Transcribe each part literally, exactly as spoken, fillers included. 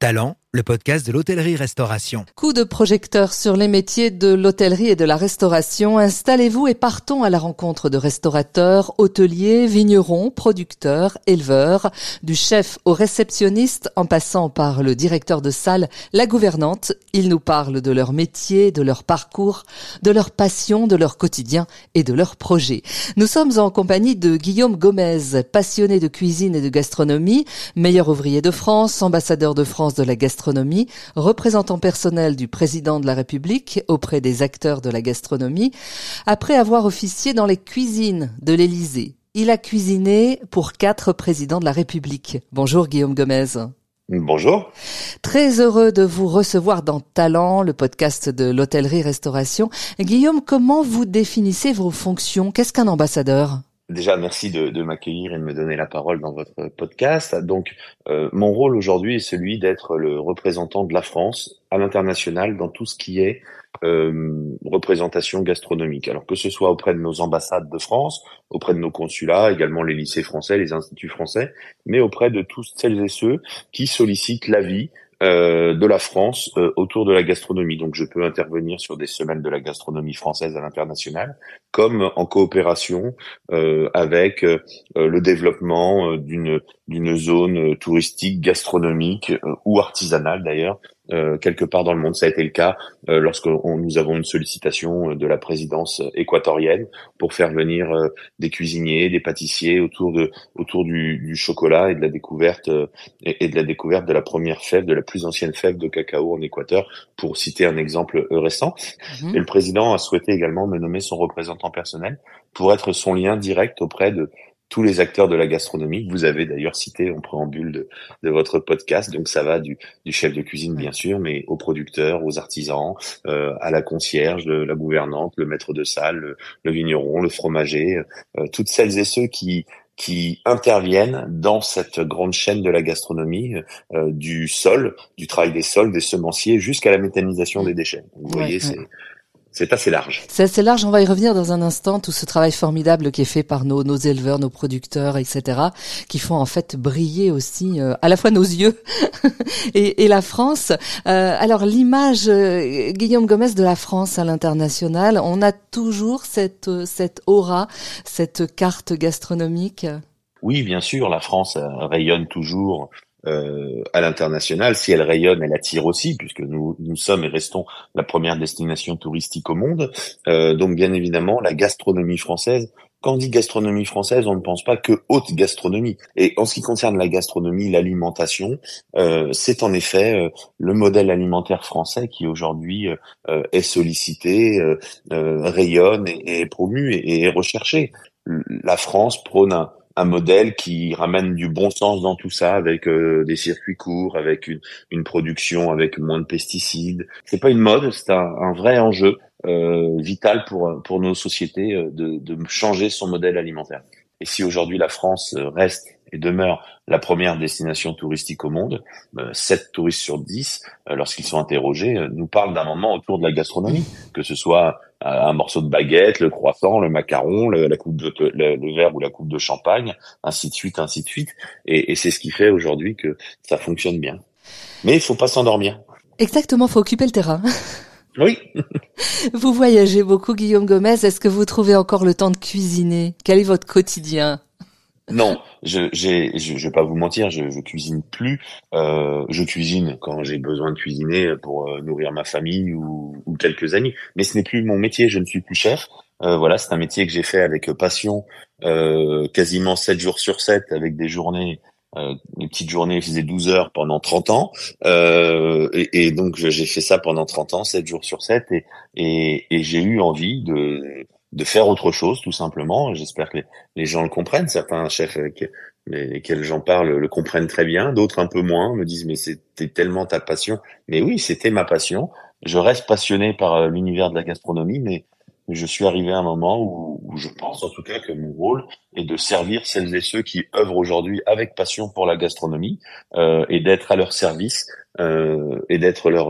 Talent, le podcast de l'hôtellerie-restauration. Coup de projecteur sur les métiers de l'hôtellerie et de la restauration. Installez-vous et partons à la rencontre de restaurateurs, hôteliers, vignerons, producteurs, éleveurs, du chef au réceptionniste en passant par le directeur de salle, la gouvernante. Ils nous parlent de leur métier, de leur parcours, de leur passion, de leur quotidien et de leurs projets. Nous sommes en compagnie de Guillaume Gomez, passionné de cuisine et de gastronomie, meilleur ouvrier de France, ambassadeur de France de la gastronomie, représentant personnel du président de la République auprès des acteurs de la gastronomie. Après avoir officié dans les cuisines de l'Élysée, il a cuisiné pour quatre présidents de la République. Bonjour Guillaume Gomez. Bonjour. Très heureux de vous recevoir dans Talent, le podcast de l'hôtellerie-restauration. Guillaume, comment vous définissez vos fonctions? Qu'est-ce qu'un ambassadeur? Déjà, merci de, de m'accueillir et de me donner la parole dans votre podcast. Donc, euh, mon rôle aujourd'hui est celui d'être le représentant de la France à l'international dans tout ce qui est euh, représentation gastronomique. Alors que ce soit auprès de nos ambassades de France, auprès de nos consulats, également les lycées français, les instituts français, mais auprès de tous celles et ceux qui sollicitent l'avis Euh, de la France euh, autour de la gastronomie. Donc je peux intervenir sur des semaines de la gastronomie française à l'international, comme en coopération euh, avec euh, le développement euh, d'une d'une zone touristique, gastronomique euh, ou artisanale d'ailleurs, euh, quelque part dans le monde. Ça a été le cas euh, lorsque on, nous avons une sollicitation de la présidence équatorienne pour faire venir euh, des cuisiniers, des pâtissiers autour de autour du, du chocolat et de la découverte euh, et, et de la découverte de la première fève, de la plus ancienne fève de cacao en Équateur, pour citer un exemple récent. Mmh. Et le président a souhaité également me nommer son représentant personnel pour être son lien direct auprès de tous les acteurs de la gastronomie que vous avez d'ailleurs cité en préambule de, de votre podcast. Donc ça va du, du chef de cuisine bien sûr, mais aux producteurs, aux artisans, euh, à la concierge, le, la gouvernante, le maître de salle, le, le vigneron, le fromager, euh, toutes celles et ceux qui qui interviennent dans cette grande chaîne de la gastronomie, euh, du sol, du travail des sols, des semenciers, jusqu'à la méthanisation des déchets. Vous ouais, voyez, ouais. c'est C'est assez large. C'est assez large. On va y revenir dans un instant. Tout ce travail formidable qui est fait par nos, nos éleveurs, nos producteurs, et cetera, qui font en fait briller aussi euh, à la fois nos yeux et, et la France. Euh, alors l'image, euh, Guillaume Gomez, de la France à l'international, on a toujours cette cette aura, cette carte gastronomique. Oui, bien sûr, la France euh, rayonne toujours. Euh, à l'international. Si elle rayonne, elle attire aussi, puisque nous nous sommes et restons la première destination touristique au monde. Euh, donc bien évidemment, la gastronomie française, quand on dit gastronomie française, on ne pense pas que haute gastronomie. Et en ce qui concerne la gastronomie, l'alimentation, euh, c'est en effet euh, le modèle alimentaire français qui aujourd'hui euh, est sollicité, euh, euh, rayonne et, et est promu et, et est recherché. La France prône un un modèle qui ramène du bon sens dans tout ça, avec euh, des circuits courts, avec une, une production avec moins de pesticides. C'est pas une mode, c'est un, un vrai enjeu euh, vital pour pour nos sociétés euh, de, de changer son modèle alimentaire. Et si aujourd'hui la France reste et demeure la première destination touristique au monde, euh, sept touristes sur dix, euh, lorsqu'ils sont interrogés, euh, nous parlent d'un moment autour de la gastronomie, que ce soit un morceau de baguette, le croissant, le macaron, le, la coupe de le, le verre ou la coupe de champagne, ainsi de suite, ainsi de suite. Et, et c'est ce qui fait aujourd'hui que ça fonctionne bien. Mais il faut pas s'endormir. Exactement, faut occuper le terrain. Oui. Vous voyagez beaucoup, Guillaume Gomez. Est-ce que vous trouvez encore le temps de cuisiner? Quel est votre quotidien? Non, je, j'ai, je, je vais pas vous mentir, je, je cuisine plus. Euh, je cuisine quand j'ai besoin de cuisiner pour euh, nourrir ma famille ou, ou quelques amis. Mais ce n'est plus mon métier. Je ne suis plus chef. Euh, voilà, c'est un métier que j'ai fait avec passion, euh, quasiment sept jours sur sept, avec des journées, euh, des petites journées. Je faisais douze heures pendant trente ans, euh, et, et donc j'ai fait ça pendant trente ans, sept jours sur sept, et, et, et j'ai eu envie de de faire autre chose, tout simplement. J'espère que les, les gens le comprennent. Certains chefs avec lesquels j'en parle le comprennent très bien, d'autres un peu moins, me disent mais c'était tellement ta passion. Mais oui, c'était ma passion. Je reste passionné par l'univers de la gastronomie, mais je suis arrivé à un moment où, où je pense en tout cas que mon rôle est de servir celles et ceux qui œuvrent aujourd'hui avec passion pour la gastronomie, euh, et d'être à leur service, euh, et d'être leur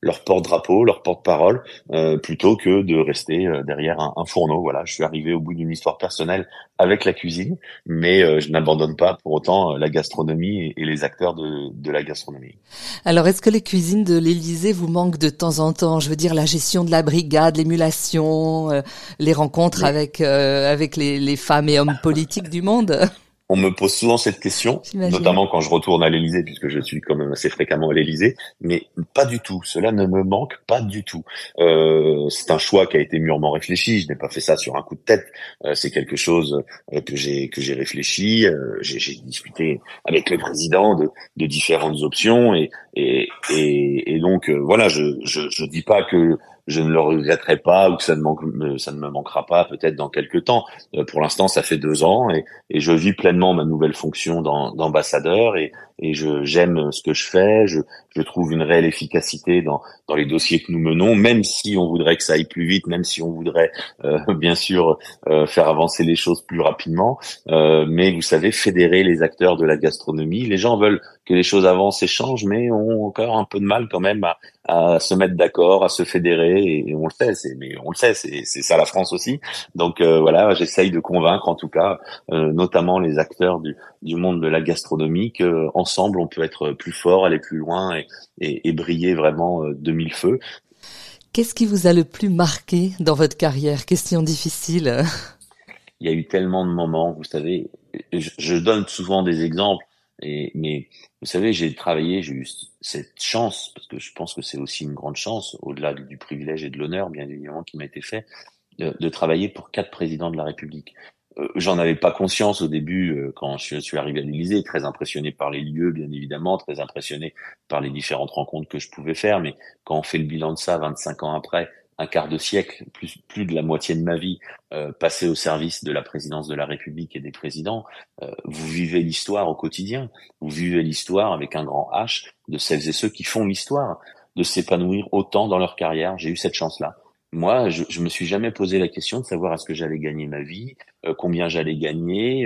leur porte-drapeau, leur porte-parole, euh, plutôt que de rester euh, derrière un, un fourneau. Voilà, je suis arrivé au bout d'une histoire personnelle avec la cuisine, mais euh, je n'abandonne pas pour autant euh, la gastronomie et, et les acteurs de, de la gastronomie. Alors, est-ce que les cuisines de l'Élysée vous manquent de temps en temps? Je veux dire, la gestion de la brigade, l'émulation, euh, les rencontres Mais avec euh, avec les, les femmes et hommes politiques du monde? on me pose souvent cette question, J'imagine. notamment quand je retourne à l'Élysée, puisque je suis quand même assez fréquemment à l'Élysée, mais pas du tout. Cela ne me manque pas du tout. Euh, c'est un choix qui a été mûrement réfléchi. Je n'ai pas fait ça sur un coup de tête. Euh, c'est quelque chose euh, que j'ai que j'ai réfléchi. Euh, j'ai, j'ai discuté avec le président de, de différentes options et et et, et donc euh, voilà. Je je je dis pas que je ne le regretterai pas ou que ça ne manque, ça ne me manquera pas peut-être dans quelques temps. Euh, pour l'instant, ça fait deux ans et, et je vis pleinement ma nouvelle fonction d'am- d'ambassadeur et, et je j'aime ce que je fais. Je, je trouve une réelle efficacité dans, dans les dossiers que nous menons, même si on voudrait que ça aille plus vite, même si on voudrait euh, bien sûr euh, faire avancer les choses plus rapidement. Euh, mais vous savez, fédérer les acteurs de la gastronomie, les gens veulent que les choses avancent et changent, mais ont encore un peu de mal quand même à à se mettre d'accord, à se fédérer, et, et on le sait, c'est, mais on le sait, c'est, c'est ça la France aussi. Donc euh, voilà, j'essaye de convaincre, en tout cas, euh, notamment les acteurs du, du monde de la gastronomie, que ensemble on peut être plus fort, aller plus loin et, et, et briller vraiment euh, de mille feux. Qu'est-ce qui vous a le plus marqué dans votre carrière? Question difficile. Il y a eu tellement de moments, vous savez, je, je donne souvent des exemples. Et, mais vous savez, j'ai travaillé, j'ai eu cette chance, parce que je pense que c'est aussi une grande chance, au-delà du privilège et de l'honneur, bien évidemment, qui m'a été fait, de, de travailler pour quatre présidents de la République. Euh, j'en avais pas conscience au début euh, quand je suis arrivé à l'Élysée, très impressionné par les lieux, bien évidemment, très impressionné par les différentes rencontres que je pouvais faire, mais quand on fait le bilan de ça vingt-cinq ans après, un quart de siècle, plus, plus de la moitié de ma vie euh, passée au service de la présidence de la République et des présidents, euh, vous vivez l'histoire au quotidien, vous vivez l'histoire avec un grand H de celles et ceux qui font l'histoire, de s'épanouir autant dans leur carrière. J'ai eu cette chance-là. Moi, je, je me suis jamais posé la question de savoir est-ce que j'allais gagner ma vie, euh, combien j'allais gagner.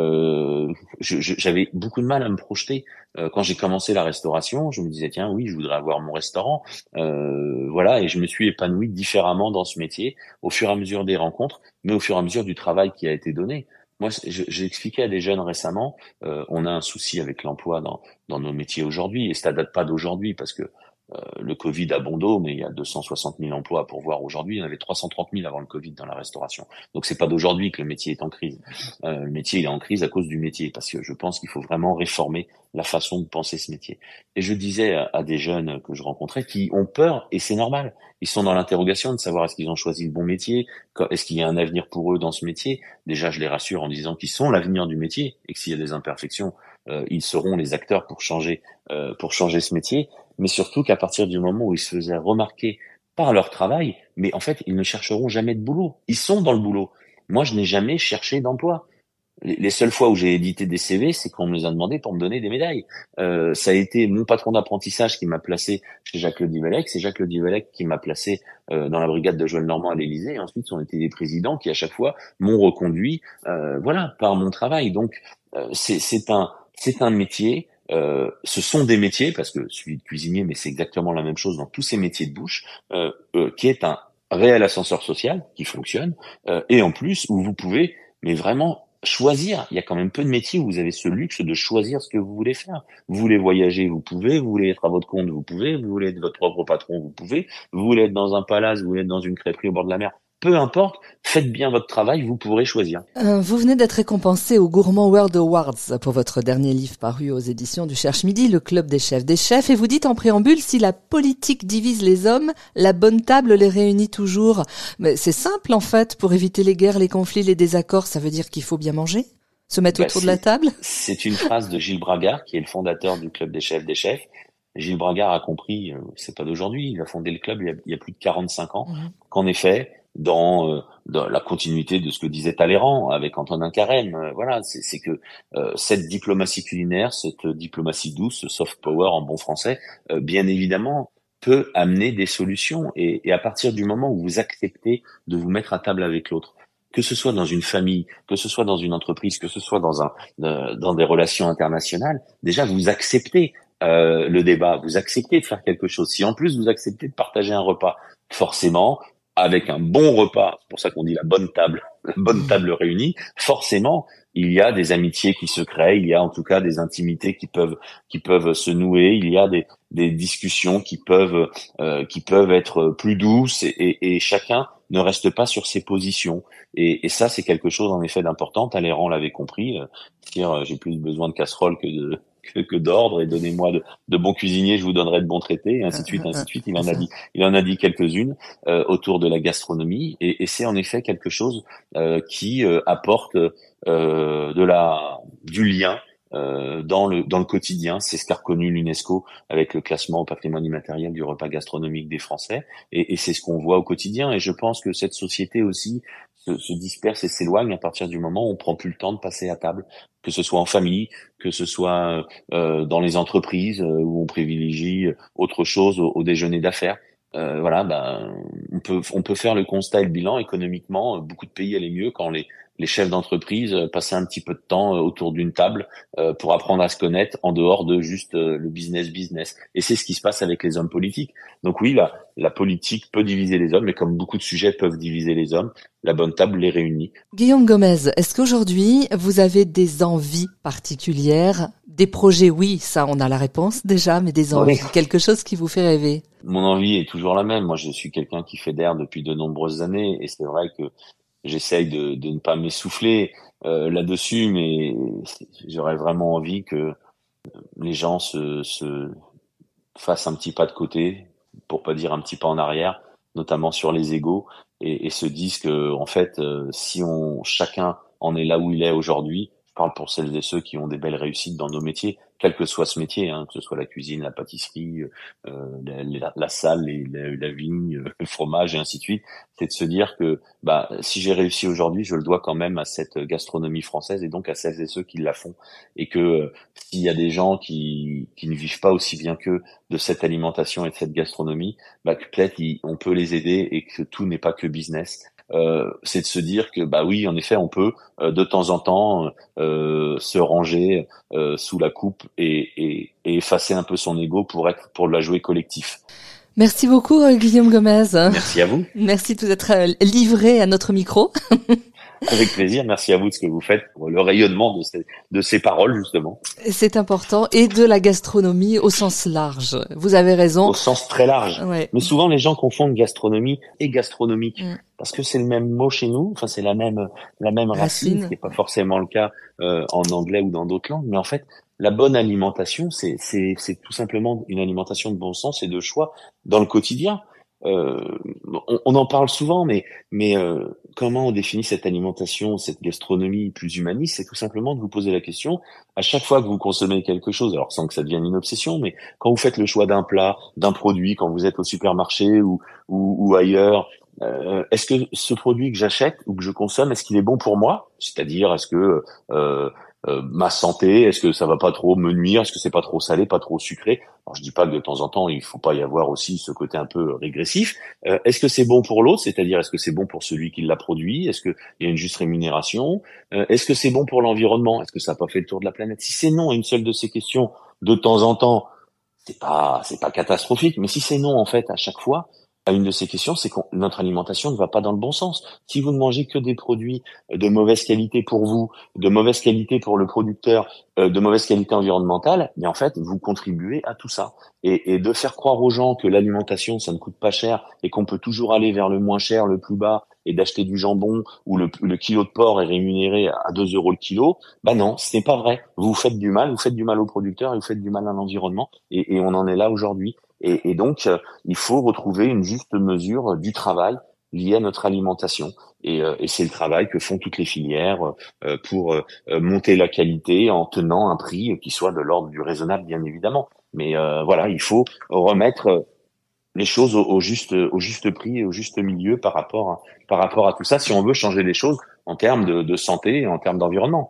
Euh, je, je, j'avais beaucoup de mal à me projeter. Euh, quand j'ai commencé la restauration, je me disais tiens oui, je voudrais avoir mon restaurant. Euh, voilà, et je me suis épanoui différemment dans ce métier au fur et à mesure des rencontres, mais au fur et à mesure du travail qui a été donné. Moi, je, j'ai expliqué à des jeunes récemment, euh, on a un souci avec l'emploi dans, dans nos métiers aujourd'hui, et ça date pas d'aujourd'hui parce que Euh, le Covid a bon dos, mais il y a deux cent soixante mille emplois à pourvoir aujourd'hui. Il y en avait trois cent trente mille avant le Covid dans la restauration. Donc c'est pas d'aujourd'hui que le métier est en crise. Euh, le métier il est en crise à cause du métier, parce que je pense qu'il faut vraiment réformer la façon de penser ce métier. Et je disais à, à des jeunes que je rencontrais qui ont peur, et c'est normal. Ils sont dans l'interrogation de savoir est-ce qu'ils ont choisi le bon métier, est-ce qu'il y a un avenir pour eux dans ce métier. Déjà, je les rassure en disant qu'ils sont l'avenir du métier et que s'il y a des imperfections, euh, ils seront les acteurs pour changer, euh, pour changer ce métier. Mais surtout qu'à partir du moment où ils se faisaient remarquer par leur travail, mais en fait, ils ne chercheront jamais de boulot. Ils sont dans le boulot. Moi, je n'ai jamais cherché d'emploi. Les, les seules fois où j'ai édité des C V, c'est qu'on me les a demandé pour me donner des médailles. Euh, ça a été mon patron d'apprentissage qui m'a placé chez Jacques-Claude Duvallec. C'est Jacques-Claude Duvallec qui m'a placé euh, dans la brigade de Joël Normand à l'Élysée. Et ensuite, on était des présidents qui, à chaque fois, m'ont reconduit, euh, voilà, par mon travail. Donc, euh, c'est, c'est un, c'est un métier. Euh, ce sont des métiers, parce que celui de cuisinier, mais c'est exactement la même chose dans tous ces métiers de bouche, euh, euh, qui est un réel ascenseur social qui fonctionne, euh, et en plus où vous pouvez, mais vraiment choisir. Il y a quand même peu de métiers où vous avez ce luxe de choisir ce que vous voulez faire. Vous voulez voyager, vous pouvez. Vous voulez être à votre compte, vous pouvez. Vous voulez être votre propre patron, vous pouvez. Vous voulez être dans un palace, vous voulez être dans une crêperie au bord de la mer. Peu importe, faites bien votre travail, vous pourrez choisir. Euh, vous venez d'être récompensé au Gourmand World Awards pour votre dernier livre paru aux éditions du Cherche Midi, le club des chefs des chefs, et vous dites en préambule, si la politique divise les hommes, la bonne table les réunit toujours. Mais c'est simple en fait, pour éviter les guerres, les conflits, les désaccords, ça veut dire qu'il faut bien manger, se mettre bah, autour de la table. C'est une phrase de Gilles Bragard, qui est le fondateur du club des chefs des chefs. Gilles Bragard a compris, euh, c'est pas d'aujourd'hui, il a fondé le club il y a, il y a plus de quarante-cinq ans, mmh. qu'en effet, dans, euh, dans la continuité de ce que disait Talleyrand avec Antonin Carême, euh, voilà, c'est, c'est que euh, cette diplomatie culinaire, cette diplomatie douce, ce soft power en bon français, euh, bien évidemment, peut amener des solutions. Et, et à partir du moment où vous acceptez de vous mettre à table avec l'autre, que ce soit dans une famille, que ce soit dans une entreprise, que ce soit dans un euh, dans des relations internationales, déjà vous acceptez euh, le débat, vous acceptez de faire quelque chose. Si en plus vous acceptez de partager un repas, forcément, avec un bon repas, c'est pour ça qu'on dit la bonne table, la bonne table réunie, forcément, il y a des amitiés qui se créent, il y a en tout cas des intimités qui peuvent qui peuvent se nouer, il y a des des discussions qui peuvent euh, qui peuvent être plus douces et, et, et chacun ne reste pas sur ses positions. Et, et ça, c'est quelque chose en effet d'important. Talleyrand l'avait compris. Euh, dire, j'ai plus besoin de casserole que de que, que d'ordre, et donnez-moi de, de bons cuisiniers, je vous donnerai de bons traités, et ainsi de suite, ainsi de suite. Il en a dit, il en a dit quelques-unes euh, autour de la gastronomie, et, et c'est en effet quelque chose euh, qui euh, apporte euh, de la du lien euh, dans le dans le quotidien. C'est ce qu'a reconnu l'UNESCO avec le classement au patrimoine immatériel du repas gastronomique des Français, et, et c'est ce qu'on voit au quotidien. Et je pense que cette société aussi se, se disperse et s'éloigne à partir du moment où on prend plus le temps de passer à table, que ce soit en famille, que ce soit euh, dans les entreprises euh, où on privilégie autre chose au, au déjeuner d'affaires. Euh, voilà, ben on peut on peut faire le constat et le bilan économiquement. Beaucoup de pays allaient mieux quand les les chefs d'entreprise passaient un petit peu de temps autour d'une table euh, pour apprendre à se connaître en dehors de juste euh, le business business. Et c'est ce qui se passe avec les hommes politiques. Donc oui, la, la politique peut diviser les hommes, mais comme beaucoup de sujets peuvent diviser les hommes, la bonne table les réunit. Guillaume Gomez, est-ce qu'aujourd'hui vous avez des envies particulières, des projets? Oui, ça on a la réponse déjà, mais des envies, oui. Quelque chose qui vous fait rêver? Mon envie est toujours la même. Moi, je suis quelqu'un qui fédère depuis de nombreuses années, et c'est vrai que j'essaye de, de ne pas m'essouffler euh, là-dessus, mais j'aurais vraiment envie que les gens se, se fassent un petit pas de côté, pour pas dire un petit pas en arrière, notamment sur les égos, et, et se disent que en fait, euh, si on chacun en est là où il est aujourd'hui, je parle pour celles et ceux qui ont des belles réussites dans nos métiers, quel que soit ce métier, hein, que ce soit la cuisine, la pâtisserie, euh, la, la, la salle, les, la, la vigne, le fromage et ainsi de suite, c'est de se dire que bah si j'ai réussi aujourd'hui, je le dois quand même à cette gastronomie française et donc à celles et ceux qui la font, et que euh, s'il y a des gens qui qui ne vivent pas aussi bien qu'eux de cette alimentation et de cette gastronomie, bah que peut-être on peut les aider et que tout n'est pas que business. Euh, c'est de se dire que bah oui, en effet, on peut euh, de temps en temps euh, se ranger euh, sous la coupe et, et, et effacer un peu son ego pour être pour la jouer collectif. Merci beaucoup Guillaume Gomez. Merci à vous. Merci de vous être livré à notre micro. Avec plaisir, merci à vous de ce que vous faites pour le rayonnement de ces, de ces paroles, justement. C'est important, et de la gastronomie au sens large. Vous avez raison. Au sens très large. Ouais. Mais souvent, les gens confondent gastronomie et gastronomique. Mm. Parce que c'est le même mot chez nous, enfin c'est la même la même racine, racine. Ce qui n'est pas forcément le cas euh, en anglais ou dans d'autres langues. Mais en fait, la bonne alimentation, c'est c'est c'est tout simplement une alimentation de bon sens et de choix dans le quotidien. Euh, on, on en parle souvent, mais mais euh, comment on définit cette alimentation, cette gastronomie plus humaniste? C'est tout simplement de vous poser la question à chaque fois que vous consommez quelque chose, alors sans que ça devienne une obsession, mais quand vous faites le choix d'un plat, d'un produit, quand vous êtes au supermarché ou ou, ou ailleurs, euh, est-ce que ce produit que j'achète ou que je consomme, est-ce qu'il est bon pour moi? C'est-à-dire, est-ce que euh, Euh, ma santé, est-ce que ça va pas trop me nuire, est-ce que c'est pas trop salé, pas trop sucré? Alors je dis pas que de temps en temps il faut pas y avoir aussi ce côté un peu régressif. Euh, est-ce que c'est bon pour l'autre, c'est-à-dire est-ce que c'est bon pour celui qui l'a produit, est-ce que il y a une juste rémunération, euh, est-ce que c'est bon pour l'environnement, est-ce que ça a pas fait le tour de la planète? Si c'est non à une seule de ces questions de temps en temps, c'est pas c'est pas catastrophique, mais si c'est non en fait à chaque fois à une de ces questions, c'est que notre alimentation ne va pas dans le bon sens. Si vous ne mangez que des produits de mauvaise qualité pour vous, de mauvaise qualité pour le producteur, euh, de mauvaise qualité environnementale, mais en fait, vous contribuez à tout ça. Et, et de faire croire aux gens que l'alimentation, ça ne coûte pas cher et qu'on peut toujours aller vers le moins cher, le plus bas, et d'acheter du jambon où le, le kilo de porc est rémunéré à deux euros le kilo, bah non, ce n'est pas vrai. Vous faites du mal, vous faites du mal aux producteurs et vous faites du mal à l'environnement, et, et on en est là aujourd'hui. Et, et donc, euh, il faut retrouver une juste mesure du travail lié à notre alimentation. Et, euh, et c'est le travail que font toutes les filières euh, pour euh, monter la qualité en tenant un prix qui soit de l'ordre du raisonnable, bien évidemment. Mais euh, voilà, il faut remettre les choses au, au juste au juste prix et au juste milieu par rapport à, par rapport à tout ça, si on veut changer les choses en termes de, de santé et en termes d'environnement.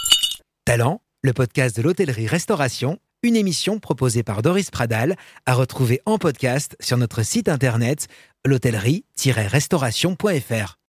Talent, le podcast de l'hôtellerie-restauration. Une émission proposée par Doris Pradal, à retrouver en podcast sur notre site internet l'hôtellerie tiret restauration point f r.